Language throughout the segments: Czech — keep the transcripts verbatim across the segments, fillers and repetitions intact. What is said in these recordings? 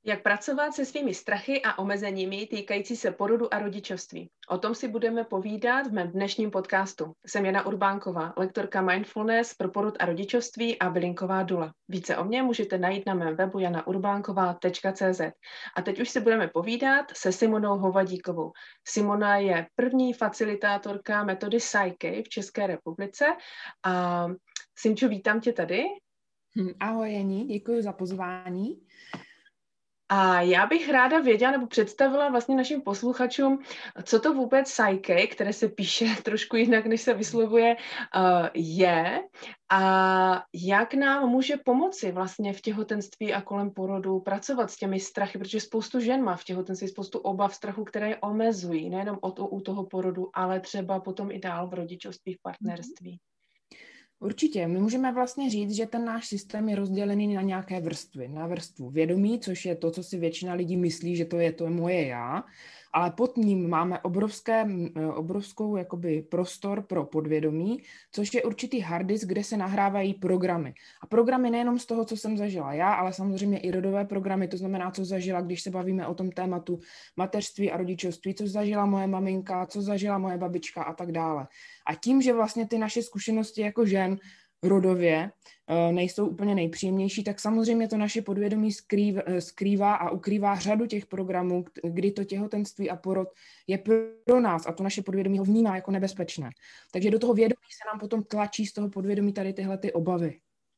Jak pracovat se svými strachy a omezeními týkající se porodu a rodičovství. O tom si budeme povídat v mém dnešním podcastu. Jsem Jana Urbánková, lektorka Mindfulness pro porod a rodičovství a bylinková dula. Více o mně můžete najít na mém webu jana urbánková tečka cé zet. A teď už si budeme povídat se Simonou Hovadíkovou. Simona je první facilitátorka metody Psyche v České republice. A Simčo, vítám tě tady. Ahoj Jani, děkuji za pozvání. A já bych ráda věděla nebo představila vlastně našim posluchačům, co to vůbec Psyche, které se píše trošku jinak, než se vyslovuje, je a jak nám může pomoci vlastně v těhotenství a kolem porodu pracovat s těmi strachy, protože spoustu žen má v těhotenství spoustu obav, strachu, které je omezují, nejenom od, u toho porodu, ale třeba potom i dál v rodičovství, v partnerství. Určitě. My můžeme vlastně říct, že ten náš systém je rozdělený na nějaké vrstvy. Na vrstvu vědomí, což je to, co si většina lidí myslí, že to je to je moje já, ale pod ním máme obrovské, obrovskou jakoby prostor pro podvědomí, což je určitý hard disk, kde se nahrávají programy. A programy nejenom z toho, co jsem zažila já, ale samozřejmě i rodové programy, to znamená, co zažila, když se bavíme o tom tématu mateřství a rodičovství, co zažila moje maminka, co zažila moje babička a tak dále. A tím, že vlastně ty naše zkušenosti jako žen rodově nejsou úplně nejpříjemnější, tak samozřejmě to naše podvědomí skrýv, skrývá a ukrývá řadu těch programů, kdy to těhotenství a porod je pro nás a to naše podvědomí ho vnímá jako nebezpečné. Takže do toho vědomí se nám potom tlačí z toho podvědomí tady tyhle ty obavy.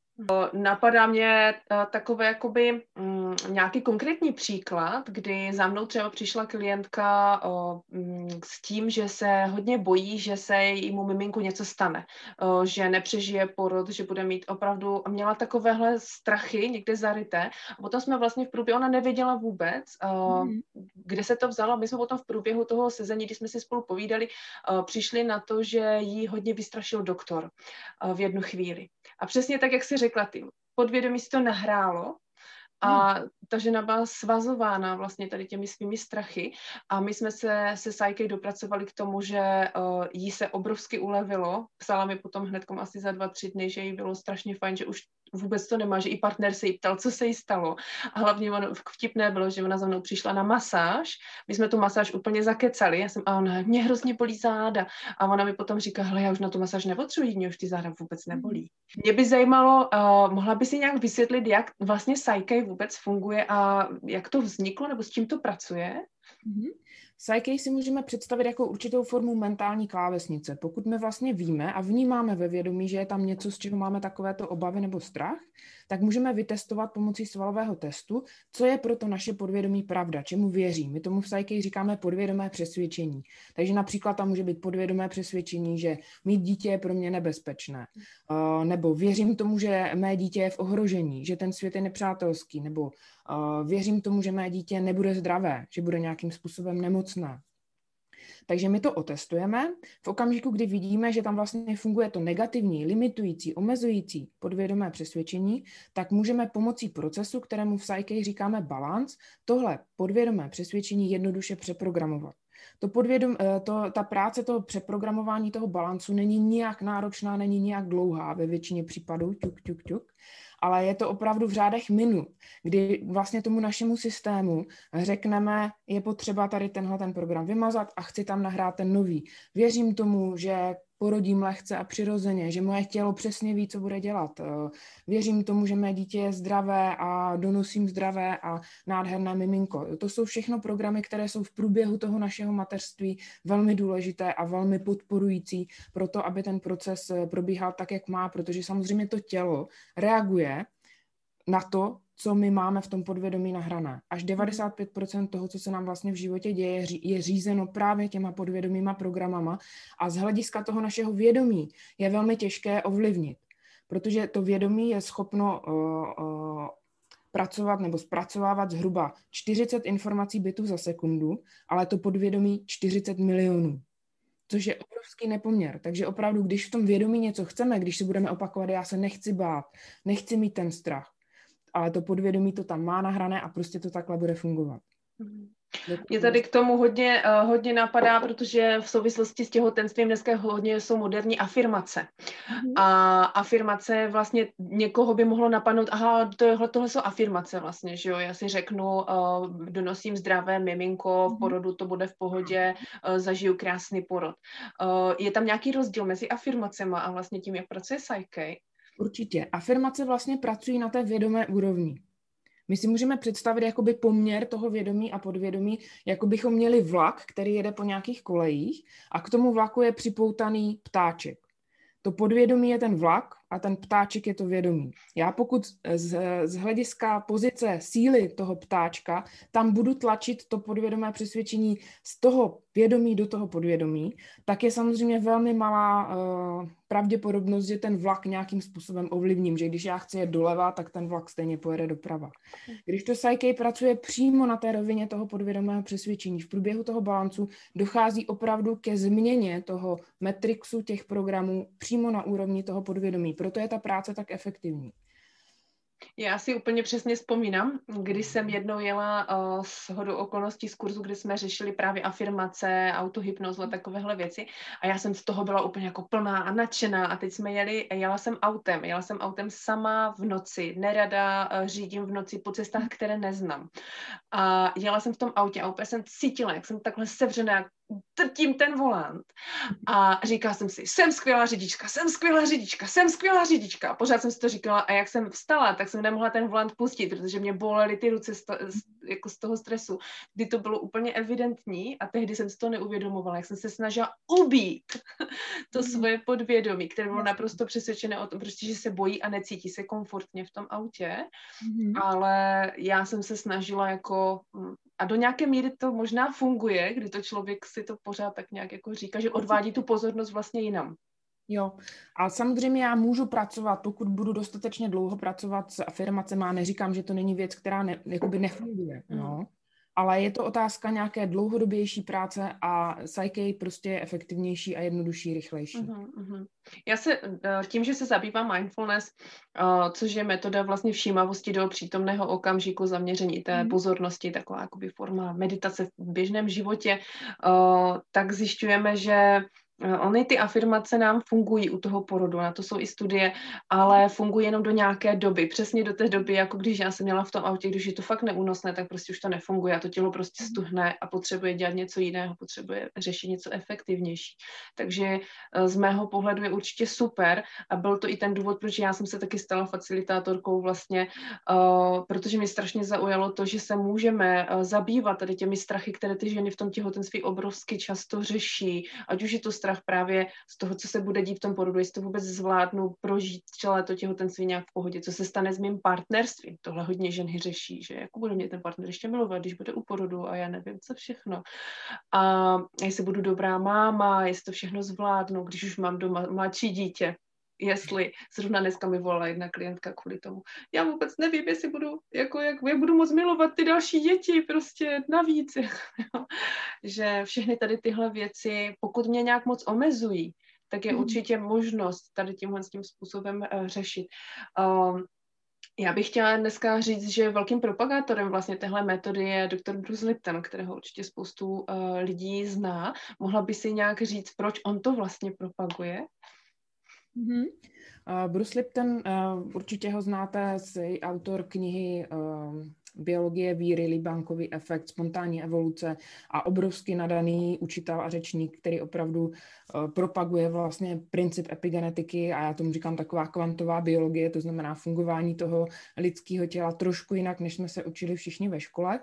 Napadá mě takové jakoby m, nějaký konkrétní příklad, kdy za mnou třeba přišla klientka o, m, s tím, že se hodně bojí, že se jejímu miminku něco stane, o, že nepřežije porod, že bude mít opravdu, měla takovéhle strachy někde zaryté a potom jsme vlastně v průběhu, ona nevěděla vůbec, o, mm. kde se to vzalo. My jsme potom v průběhu toho sezení, když jsme si spolu povídali, o, přišli na to, že jí hodně vystrašil doktor o, v jednu chvíli. A přesně tak, jak jsi řekla, ty podvědomí si to nahrálo a hmm. ta žena byla svazována vlastně tady těmi svými strachy a my jsme se se Psyche dopracovali k tomu, že uh, jí se obrovsky ulevilo. Psala mi potom hnedkom asi za dva, tři dny, že jí bylo strašně fajn, že už vůbec to nemá, že i partner se jí ptal, co se jí stalo. A hlavně ono, vtipné bylo, že ona za mnou přišla na masáž. My jsme tu masáž úplně zakecali. Já jsem, a ona, mě hrozně bolí záda. A ona mi potom říká, hele, já už na tu masáž nepotřebuji, mě už ty záda vůbec nebolí. Mě by zajímalo, uh, mohla by si nějak vysvětlit, jak vlastně Psyche vůbec funguje a jak to vzniklo, nebo s čím to pracuje? Mm-hmm. Psyche si můžeme představit jako určitou formu mentální klávesnice. Pokud my vlastně víme a vnímáme ve vědomí, že je tam něco, z čeho máme takovéto obavy nebo strach, tak můžeme vytestovat pomocí svalového testu, co je pro to naše podvědomí pravda, čemu věří. My tomu v Psyche říkáme podvědomé přesvědčení. Takže například tam může být podvědomé přesvědčení, že mít dítě je pro mě nebezpečné. Uh, nebo věřím tomu, že mé dítě je v ohrožení, že ten svět je nepřátelský, nebo uh, věřím tomu, že mé dítě nebude zdravé, že bude nějakým způsobem nemocné. Takže my to otestujeme v okamžiku, kdy vidíme, že tam vlastně funguje to negativní, limitující, omezující podvědomé přesvědčení, tak můžeme pomocí procesu, kterému v Psyche říkáme balans, tohle podvědomé přesvědčení jednoduše přeprogramovat. To podvědom, to, ta práce toho přeprogramování toho balancu není nijak náročná, není nijak dlouhá ve většině případů, ťuk, ťuk, ťuk, ale je to opravdu v řádech minut, kdy vlastně tomu našemu systému řekneme, je potřeba tady tenhle ten program vymazat a chci tam nahrát ten nový. Věřím tomu, že porodím lehce a přirozeně, že moje tělo přesně ví, co bude dělat. Věřím tomu, že mé dítě je zdravé a donosím zdravé a nádherné miminko. To jsou všechno programy, které jsou v průběhu toho našeho mateřství velmi důležité a velmi podporující pro to, aby ten proces probíhal tak, jak má, protože samozřejmě to tělo reaguje na to, co my máme v tom podvědomí nahrané. Až devadesát pět procent toho, co se nám vlastně v životě děje, je řízeno právě těma podvědomýma programama a z hlediska toho našeho vědomí je velmi těžké ovlivnit, protože to vědomí je schopno uh, uh, pracovat nebo zpracovávat zhruba čtyřicet informací bitů za sekundu, ale to podvědomí čtyřicet milionů. Což je obrovský nepoměr. Takže opravdu, když v tom vědomí něco chceme, když si budeme opakovat, já se nechci bát, nechci mít ten strach, ale to podvědomí to tam má nahrané a prostě to takhle bude fungovat. Mě tady k tomu hodně, uh, hodně napadá, protože v souvislosti s těhotenstvím dneska hodně jsou moderní afirmace. Mm-hmm. A afirmace vlastně někoho by mohlo napadnout, aha, tohle, tohle jsou afirmace vlastně, že jo, já si řeknu, uh, donosím zdravé miminko, v porodu to bude v pohodě, uh, zažiju krásný porod. Uh, je tam nějaký rozdíl mezi afirmacema a vlastně tím, jak pracuje Psyche? Určitě. Afirmace vlastně pracují na té vědomé úrovni. My si můžeme představit jakoby poměr toho vědomí a podvědomí, jako bychom měli vlak, který jede po nějakých kolejích a k tomu vlaku je připoutaný ptáček. To podvědomí je ten vlak a ten ptáček je to vědomí. Já pokud z, z hlediska pozice síly toho ptáčka tam budu tlačit to podvědomé přesvědčení z toho vědomí do toho podvědomí, tak je samozřejmě velmi malá uh, pravděpodobnost, že ten vlak nějakým způsobem ovlivním, že když já chci jet doleva, tak ten vlak stejně pojede doprava. Když to Psyche pracuje přímo na té rovině toho podvědomého přesvědčení, v průběhu toho balancu dochází opravdu ke změně toho metrixu těch programů přímo na úrovni toho podvědomí. Proto je ta práce tak efektivní. Já si úplně přesně vzpomínám, když jsem jednou jela uh, s hodou okolností z kurzu, kdy jsme řešili právě afirmace, autohypnozu a takovéhle věci a já jsem z toho byla úplně jako plná a nadšená a teď jsme jeli, jela jsem autem, jela jsem autem sama v noci, nerada uh, řídím v noci po cestách, které neznám. A jela jsem v tom autě a úplně jsem cítila, jak jsem takhle sevřená, trtím ten volant a říkala jsem si, jsem skvělá řidička, jsem skvělá řidička, jsem skvělá řidička. A pořád jsem si to říkala a jak jsem vstala, tak jsem nemohla ten volant pustit, protože mě bolely ty ruce z, to, z, jako z toho stresu, kdy to bylo úplně evidentní a tehdy jsem si to neuvědomovala, jak jsem se snažila ubít to mm. svoje podvědomí, které bylo naprosto přesvědčené o tom, prostě, že se bojí a necítí se komfortně v tom autě, mm. ale já jsem se snažila jako a do nějaké míry to možná funguje, kdy to člověk si to pořád tak nějak jako říká, že odvádí tu pozornost vlastně jinam. Jo, a samozřejmě já můžu pracovat, pokud budu dostatečně dlouho pracovat s afirmacemi, neříkám, že to není věc, která ne, jakoby nefunguje, mm. no. Ale je to otázka nějaké dlouhodobější práce a Psyche prostě je efektivnější a jednodušší, rychlejší. Uh-huh, uh-huh. Já se tím, že se zabývám mindfulness, uh, což je metoda vlastně všímavosti do přítomného okamžiku, zaměření té uh-huh. pozornosti, taková jakoby forma meditace v běžném životě, uh, tak zjišťujeme, že Ony ty afirmace nám fungují u toho porodu, na to jsou i studie, ale fungují jenom do nějaké doby. Přesně do té doby, jako když já jsem měla v tom autě, když je to fakt neúnosné, tak prostě už to nefunguje a to tělo prostě stuhne a potřebuje dělat něco jiného, potřebuje řešit něco efektivnější. Takže z mého pohledu je určitě super a byl to i ten důvod, proč já jsem se taky stala facilitátorkou vlastně, uh, protože mě strašně zaujalo to, že se můžeme uh, zabývat tady těmi strachy, které ty ženy v tom těhotenství obrovsky často řeší, ať už je to strach právě z toho, co se bude dít v tom porodu, jestli to vůbec zvládnu prožít celé to těhotenství nějak v pohodě, co se stane s mým partnerstvím. Tohle hodně ženy řeší, že jako bude mě ten partner ještě milovat, když bude u porodu a já nevím, co všechno. A jestli budu dobrá máma, jestli to všechno zvládnu, když už mám doma mladší dítě. Jestli zrovna dneska mi volala jedna klientka kvůli tomu. Já vůbec nevím, jestli budu, jako, jak, jak budu moc milovat ty další děti, prostě navíc. Jako, že všechny tady tyhle věci, pokud mě nějak moc omezují, tak je mm. určitě možnost tady tímhle s tím způsobem uh, řešit. Um, Já bych chtěla dneska říct, že velkým propagátorem vlastně téhle metody je doktor Bruce Lipton, kterého určitě spoustu uh, lidí zná. Mohla by si nějak říct, proč on to vlastně propaguje? Mm-hmm. Uh, Bruce Lipton, uh, určitě ho znáte, je autor knihy uh, Biologie víry, Libánkový efekt, spontánní evoluce a obrovsky nadaný učitel a řečník, který opravdu uh, propaguje vlastně princip epigenetiky a já tomu říkám taková kvantová biologie, to znamená fungování toho lidského těla trošku jinak, než jsme se učili všichni ve škole.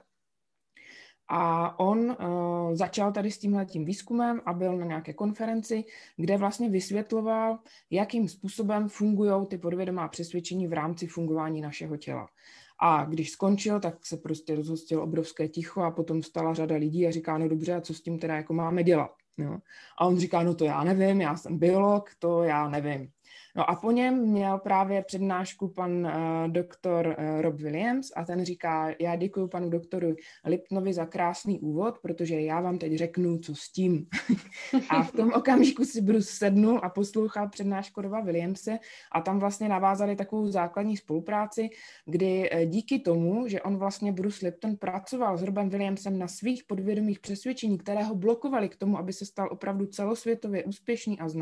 A on uh, začal tady s tímhletím výzkumem a byl na nějaké konferenci, kde vlastně vysvětloval, jakým způsobem fungují ty podvědomá přesvědčení v rámci fungování našeho těla. A když skončil, tak se prostě rozhostil obrovské ticho a potom stala řada lidí a říká, no dobře, a co s tím teda jako máme dělat? Jo? A on říká, no to já nevím, já jsem biolog, to já nevím. No a po něm měl právě přednášku pan uh, doktor uh, Rob Williams a ten říká, já děkuji panu doktoru Liptonovi za krásný úvod, protože já vám teď řeknu, co s tím. A v tom okamžiku si Bruce sednul a poslouchal přednášku Roba Williamse a tam vlastně navázali takovou základní spolupráci, kdy díky tomu, že on vlastně Bruce Lipton pracoval s Robem Williamsem na svých podvědomých přesvědčení, které ho blokovaly k tomu, aby se stal opravdu celosvětově úspěšný a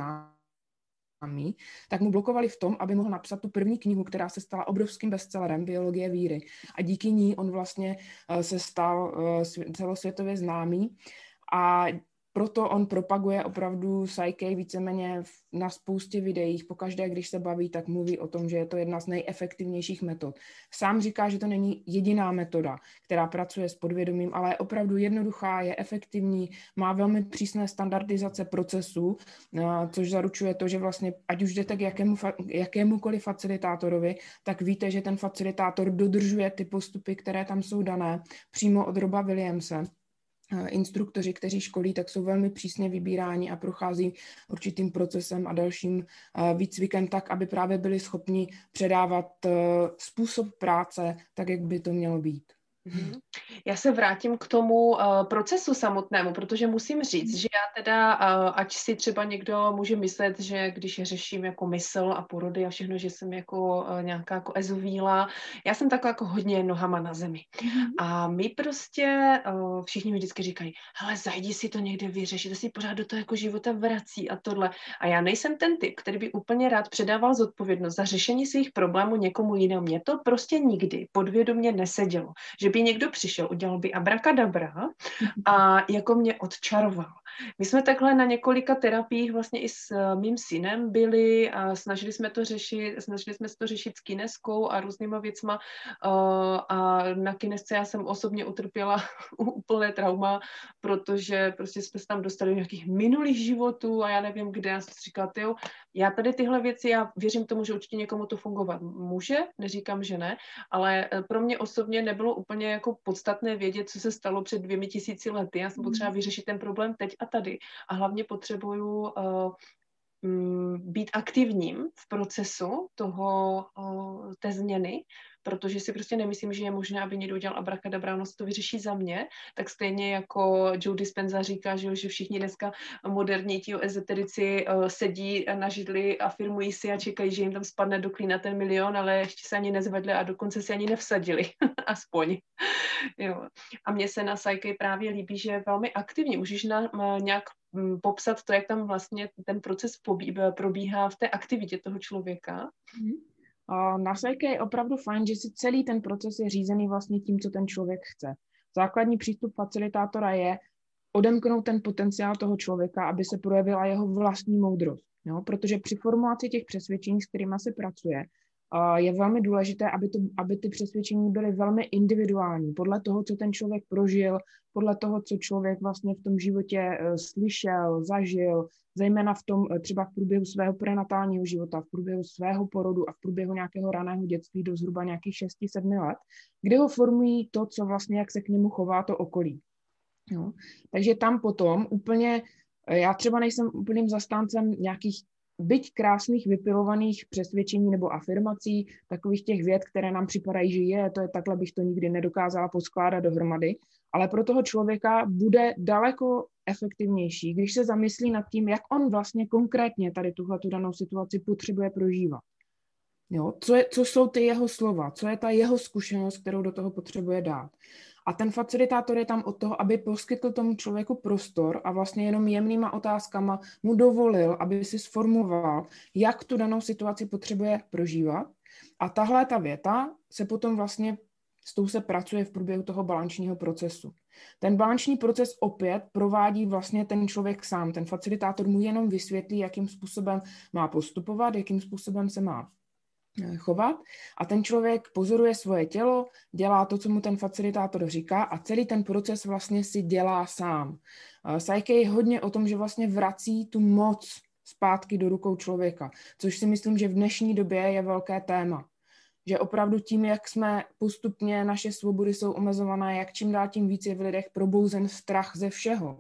známý, tak mu blokovali v tom, aby mohl napsat tu první knihu, která se stala obrovským bestsellerem Biologie víry. A díky ní on vlastně se stal celosvětově známý. A proto on propaguje opravdu Psyche víceméně na spoustě videích. Pokaždé, když se baví, tak mluví o tom, že je to jedna z nejefektivnějších metod. Sám říká, že to není jediná metoda, která pracuje s podvědomím, ale je opravdu jednoduchá, je efektivní, má velmi přísné standardizace procesů, což zaručuje to, že vlastně, ať už jdete k jakému, jakémukoliv facilitátorovi, tak víte, že ten facilitátor dodržuje ty postupy, které tam jsou dané přímo od Roba Williamse. Instruktoři, kteří školí, tak jsou velmi přísně vybíráni a prochází určitým procesem a dalším výcvikem tak, aby právě byli schopni předávat způsob práce tak, jak by to mělo být. Já se vrátím k tomu uh, procesu samotnému, protože musím říct, že já teda, uh, ať si třeba někdo může myslet, že když řeším jako mysl a porody a všechno, že jsem jako uh, nějaká jako ezovíla, já jsem taková jako hodně nohama na zemi. Mm-hmm. A my prostě, uh, všichni mi vždycky říkají, hele, zajdi si to někde vyřešit, to si pořád do toho jako života vrací a tohle. A já nejsem ten typ, který by úplně rád předával zodpovědnost za řešení svých problémů někomu jinému. Mně to prostě nikdy podvědomě nesedělo, že by někdo přišel, udělal by abrakadabra a jako mě odčaroval. My jsme takhle na několika terapiích vlastně i s mým synem byli a snažili jsme to řešit, snažili jsme se to řešit s kineskou a různýma věcma a na kinesce já jsem osobně utrpěla úplné trauma, protože prostě jsme se tam dostali do nějakých minulých životů a já nevím kde, já jsem si říkala, tyjo, já tady tyhle věci, já věřím tomu, že určitě někomu to fungovat může, neříkám, že ne, ale pro mě osobně nebylo úplně jako podstatné vědět, co se stalo před dvěmi tisíci lety. Já jsem potřeba vyřešit ten problém teď a tady. A hlavně potřebuju uh, um, být aktivním v procesu toho, uh, té změny, protože si prostě nemyslím, že je možné, aby někdo udělal abrakadabra, ono se to vyřeší za mě, tak stejně jako Joe Dispenza říká, že, že všichni dneska moderní tí ezoterici uh, sedí na židli a firmují si a čekají, že jim tam spadne do klína ten milion, ale ještě se ani nezvedli a dokonce si ani nevsadili, aspoň. Jo. A mně se na Psyche právě líbí, že je velmi aktivní. Můžeš na, nějak m, popsat to, jak tam vlastně ten proces pobí, probíhá v té aktivitě toho člověka? Mm. Na Psyche je opravdu fajn, že si celý ten proces je řízený vlastně tím, co ten člověk chce. Základní přístup facilitátora je odemknout ten potenciál toho člověka, aby se projevila jeho vlastní moudrost. Jo? Protože při formulaci těch přesvědčení, s kterými se pracuje, je velmi důležité, aby, to, aby ty přesvědčení byly velmi individuální, podle toho, co ten člověk prožil, podle toho, co člověk vlastně v tom životě slyšel, zažil, zejména v tom třeba v průběhu svého prenatálního života, v průběhu svého porodu a v průběhu nějakého raného dětství do zhruba nějakých šesti sedmi let, kde ho formují to, co vlastně, jak se k němu chová to okolí. Jo? Takže tam potom úplně, já třeba nejsem úplným zastáncem nějakých byť krásných vypilovaných přesvědčení nebo afirmací, takových těch vět, které nám připadají, že je, to je takhle, bych to nikdy nedokázala poskládat dohromady, ale pro toho člověka bude daleko efektivnější, když se zamyslí nad tím, jak on vlastně konkrétně tady tuhletu danou situaci potřebuje prožívat. Jo? Co, je, co jsou ty jeho slova, co je ta jeho zkušenost, kterou do toho potřebuje dát. A ten facilitátor je tam od toho, aby poskytl tomu člověku prostor a vlastně jenom jemnýma otázkama mu dovolil, aby si sformuloval, jak tu danou situaci potřebuje prožívat. A tahle ta věta se potom vlastně, s tou se pracuje v průběhu toho balančního procesu. Ten balanční proces opět provádí vlastně ten člověk sám. Ten facilitátor mu jenom vysvětlí, jakým způsobem má postupovat, jakým způsobem se má chovat a ten člověk pozoruje svoje tělo, dělá to, co mu ten facilitátor říká a celý ten proces vlastně si dělá sám. Psyche je hodně o tom, že vlastně vrací tu moc zpátky do rukou člověka, což si myslím, že v dnešní době je velké téma. Že opravdu tím, jak jsme postupně, naše svobody jsou omezované, jak čím dál tím víc je v lidech probouzen strach ze všeho.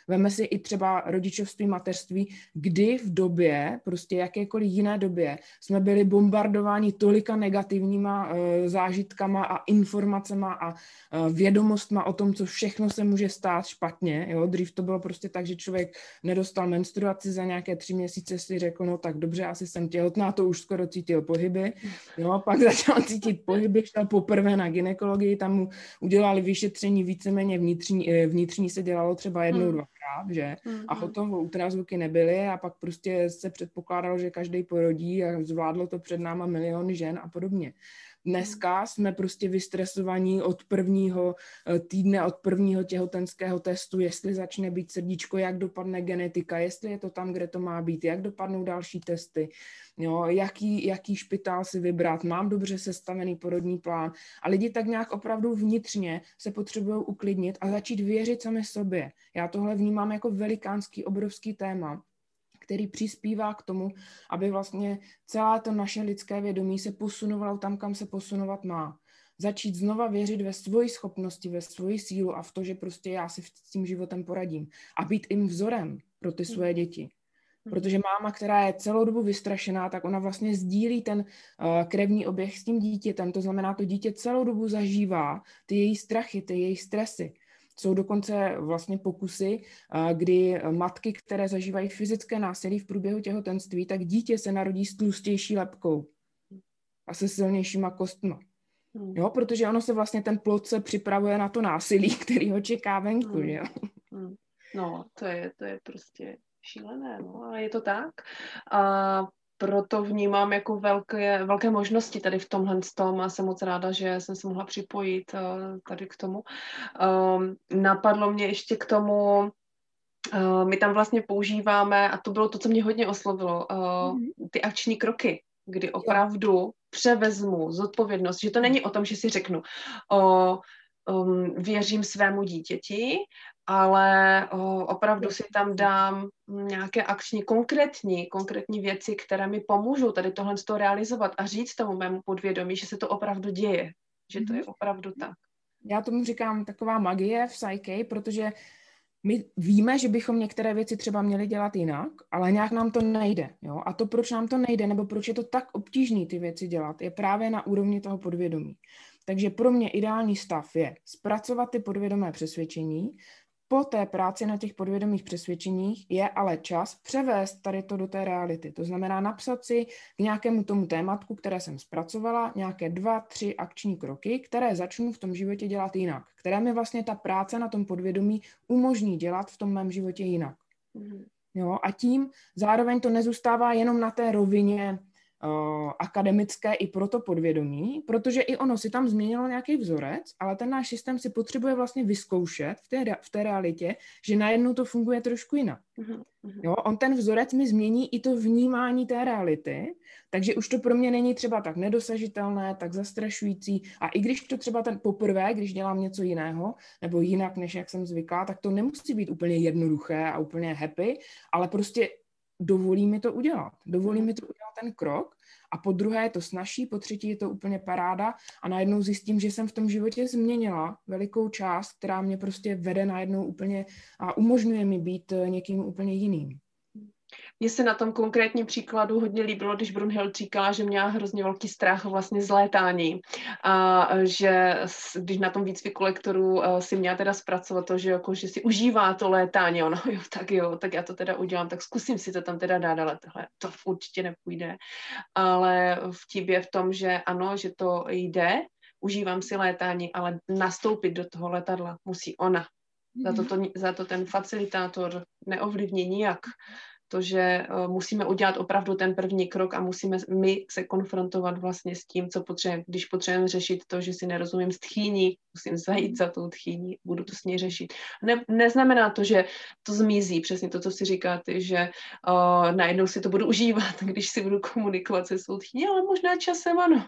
Veme si i třeba rodičovství, mateřství, kdy v době, prostě jakékoliv jiné době, jsme byli bombardováni tolika negativníma uh, zážitkama a informacema a uh, vědomostma o tom, co všechno se může stát špatně. Jo? Dřív to bylo prostě tak, že člověk nedostal menstruaci, za nějaké tři měsíce si řekl, no tak dobře, asi jsem těhotná, to už skoro cítil pohyby. Jo? Pak začal cítit pohyby, šel poprvé na gynekologii, tam mu udělali vyšetření víceméně vnitřní, vnitřní se dělalo třeba jednou, mm. dvakrát, že? Mm, a hotovo, ultrazvuky nebyly a pak prostě se předpokládalo, že každý porodí a zvládlo to před náma miliony žen a podobně. Dneska jsme prostě vystresovaní od prvního týdne, od prvního těhotenského testu, jestli začne být srdíčko, jak dopadne genetika, jestli je to tam, kde to má být, jak dopadnou další testy, jo, jaký, jaký špitál si vybrat, mám dobře sestavený porodní plán a lidi tak nějak opravdu vnitřně se potřebují uklidnit a začít věřit sami sobě. Já tohle vnímám jako velikánský, obrovský téma, který přispívá k tomu, aby vlastně celé to naše lidské vědomí se posunovalo tam, kam se posunovat má. Začít znova věřit ve svoji schopnosti, ve svoji sílu a v to, že prostě já si s tím životem poradím. A být jim vzorem pro ty svoje děti. Protože máma, která je celou dobu vystrašená, tak ona vlastně sdílí ten uh, krevní oběh s tím dítětem. To znamená, to dítě celou dobu zažívá ty její strachy, ty její stresy. Jsou dokonce vlastně pokusy, kdy matky, které zažívají fyzické násilí v průběhu těhotenství, tak dítě se narodí s tlustější lebkou a se silnějšíma kostma. Jo, protože ono se vlastně ten plod se připravuje na to násilí, který ho čeká venku, hmm. že jo? No, to je, to je prostě šílené, no, ale je to tak. A proto vnímám jako velké, velké možnosti tady v tomhle tom a jsem moc ráda, že jsem se mohla připojit uh, tady k tomu. Um, napadlo mě ještě k tomu, uh, my tam vlastně používáme, a to bylo to, co mě hodně oslovilo, uh, mm-hmm. ty akční kroky, kdy opravdu převezmu zodpovědnost, že to není o tom, že si řeknu, o, um, věřím svému dítěti, ale o, opravdu si tam dám nějaké akční, konkrétní, konkrétní věci, které mi pomůžou tady tohle z toho realizovat a říct tomu mému podvědomí, že se to opravdu děje, že to je opravdu tak. Já tomu říkám taková magie v Psyche, protože my víme, že bychom některé věci třeba měli dělat jinak, ale nějak nám to nejde. Jo? A to, proč nám to nejde, nebo proč je to tak obtížné ty věci dělat, je právě na úrovni toho podvědomí. Takže pro mě ideální stav je zpracovat ty podvědomé přesvědčení. Po té práci na těch podvědomých přesvědčeních je ale čas převést tady to do té reality. To znamená napsat si k nějakému tomu tématku, které jsem zpracovala, nějaké dva, tři akční kroky, které začnu v tom životě dělat jinak. Které mi vlastně ta práce na tom podvědomí umožní dělat v tom mém životě jinak. Mm. Jo, a tím zároveň to nezůstává jenom na té rovině uh, akademické i pro to podvědomí, protože i ono si tam změnilo nějaký vzorec, ale ten náš systém si potřebuje vlastně vyzkoušet v té, v té realitě, že najednou to funguje trošku jinak. Mm-hmm. Jo, on ten vzorec mi změní i to vnímání té reality, takže už to pro mě není třeba tak nedosažitelné, tak zastrašující. A i když to třeba ten poprvé, když dělám něco jiného, nebo jinak, než jak jsem zvyklá, tak to nemusí být úplně jednoduché a úplně happy, ale prostě dovolí mi to udělat. Dovolí mi to udělat ten krok a po druhé je to snazší, po třetí je to úplně paráda a najednou zjistím, že jsem v tom životě změnila velikou část, která mě prostě vede najednou úplně a umožňuje mi být někým úplně jiným. Mně se na tom konkrétním příkladu hodně líbilo, když Brunhild říkala, že měla hrozně velký strach vlastně z létání a že když na tom výcviku lektorů si měla teda zpracovat to, že, jako, že si užívá to létání, ono, jo, tak jo, tak já to teda udělám, tak zkusím si to tam teda dát, ale tohle to určitě nepůjde. Ale vtip je v tom, že ano, že to jde, užívám si létání, ale nastoupit do toho letadla musí ona. Za to, to, za to ten facilitátor neovlivní nijak. To, že uh, musíme udělat opravdu ten první krok a musíme my se konfrontovat vlastně s tím, co potřebujeme. Když potřebujeme řešit to, že si nerozumím s tchýní, musím zajít za tou tchýní, budu to s ní řešit. Ne, neznamená to, že to zmizí, přesně to, co si říkáte, že uh, najednou si to budu užívat, když si budu komunikovat se svou tchýní, ale možná časem ano.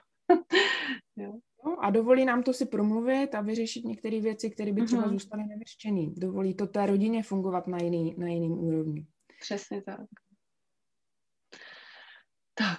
Jo. No a dovolí nám to si promluvit a vyřešit některé věci, které by třeba uh-huh. zůstaly nevyřešené. Dovolí to té rodině fungovat na jiný, na jiným úrovni. Přesně tak. Tak.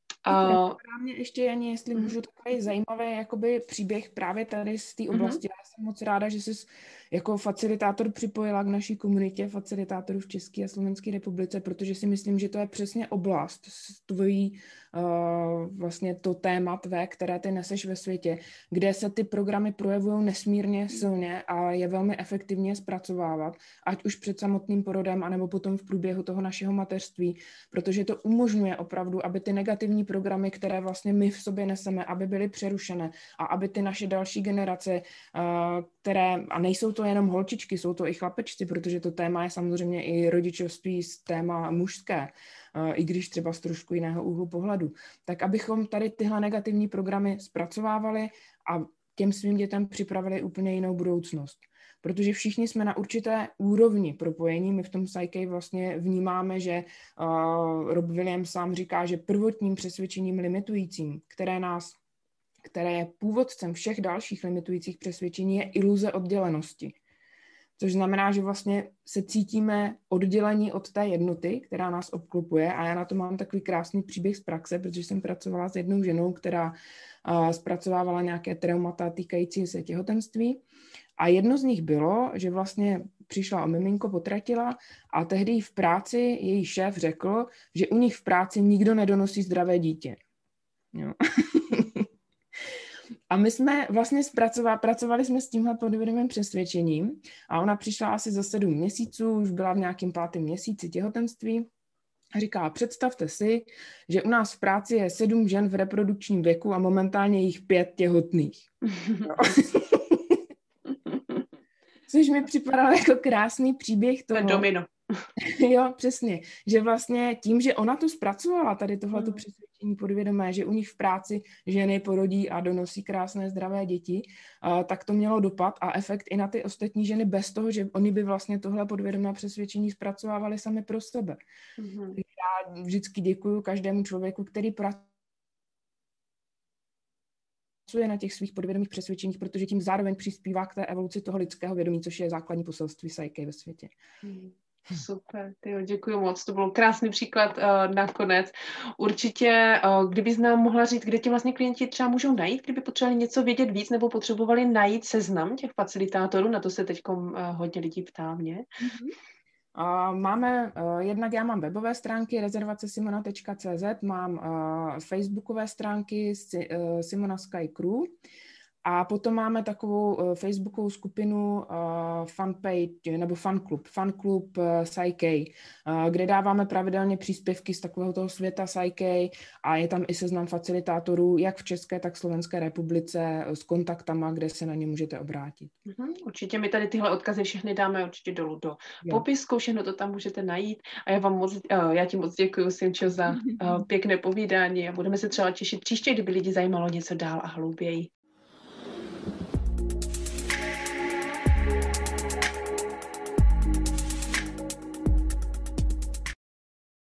Uh, mě ještě, Janě, jestli můžu, takový zajímavý jakoby příběh právě tady z té oblasti. Uh-huh. Já jsem moc ráda, že jsi jako facilitátor připojila k naší komunitě facilitátorů v České a Slovenské republice, protože si myslím, že to je přesně oblast tvojí uh, vlastně to téma tvé, které ty neseš ve světě, kde se ty programy projevují nesmírně silně a je velmi efektivně zpracovávat, ať už před samotným porodem, anebo potom v průběhu toho našeho mateřství, protože to umožňuje opravdu, aby ty negativní programy, které vlastně my v sobě neseme, aby byly přerušené a aby ty naše další generace, které, a nejsou to jenom holčičky, jsou to i chlapečci, protože to téma je samozřejmě i rodičovství z téma mužské, i když třeba z trošku jiného úhlu pohledu, tak abychom tady tyhle negativní programy zpracovávali a těm svým dětem připravili úplně jinou budoucnost. Protože všichni jsme na určité úrovni propojení. My v tom Psyche vlastně vnímáme, že uh, Rob Williams sám říká, že prvotním přesvědčením limitujícím, které nás, které je původcem všech dalších limitujících přesvědčení, je iluze oddělenosti. Což znamená, že vlastně se cítíme oddělení od té jednoty, která nás obklopuje. A já na to mám takový krásný příběh z praxe, protože jsem pracovala s jednou ženou, která uh, zpracovávala nějaké traumata týkající se těhotenství. A jedno z nich bylo, že vlastně přišla o miminko, potratila a tehdy v práci její šéf řekl, že u nich v práci nikdo nedonosí zdravé dítě. Jo. A my jsme vlastně zpracovali, pracovali jsme s tímhle podvědomým přesvědčením a ona přišla asi za sedm měsíců, už byla v nějakém pátém měsíci těhotenství a říká, představte si, že u nás v práci je sedm žen v reprodukčním věku a momentálně jich pět těhotných. No. Což mi připadalo jako krásný příběh toho. To je domino. Jo, přesně. Že vlastně tím, že ona to zpracovala, tady tohleto mm. přesvědčení podvědomé, že u nich v práci ženy porodí a donosí krásné zdravé děti, uh, tak to mělo dopad a efekt i na ty ostatní ženy bez toho, že oni by vlastně tohle podvědomé přesvědčení zpracovávali sami pro sebe. Mm. Já vždycky děkuju každému člověku, který pracuje na těch svých podvědomých přesvědčeních, protože tím zároveň přispívá k té evoluci toho lidského vědomí, což je základní poselství Psyche ve světě. Mm. Super, tyjo, děkuji moc, to byl krásný příklad uh, nakonec. Určitě, uh, kdybys nám mohla říct, kde ti vlastně klienti třeba můžou najít, kdyby potřebovali něco vědět víc nebo potřebovali najít seznam těch facilitátorů, na to se teď uh, hodně lidí ptá mě. Mm-hmm. Uh, máme, uh, jednak já mám webové stránky rezervace simona tečka cé zet, mám uh, facebookové stránky si, uh, Simona Sky Crew a potom máme takovou uh, facebookovou skupinu uh, fanpage nebo fanklub, fanklub uh, Psyche, uh, kde dáváme pravidelně příspěvky z takového toho světa Psyche a je tam i seznam facilitátorů, jak v České, tak Slovenské republice s kontaktama, kde se na ně můžete obrátit. Mm-hmm. Určitě my tady tyhle odkazy všechny dáme určitě dolů do jo. popisku, všechno to tam můžete najít a já vám moc, uh, já ti moc děkuji, Simčo, za uh, pěkné povídání a budeme se třeba těšit příště, kdyby lidi zajímalo něco dál a hlouběji.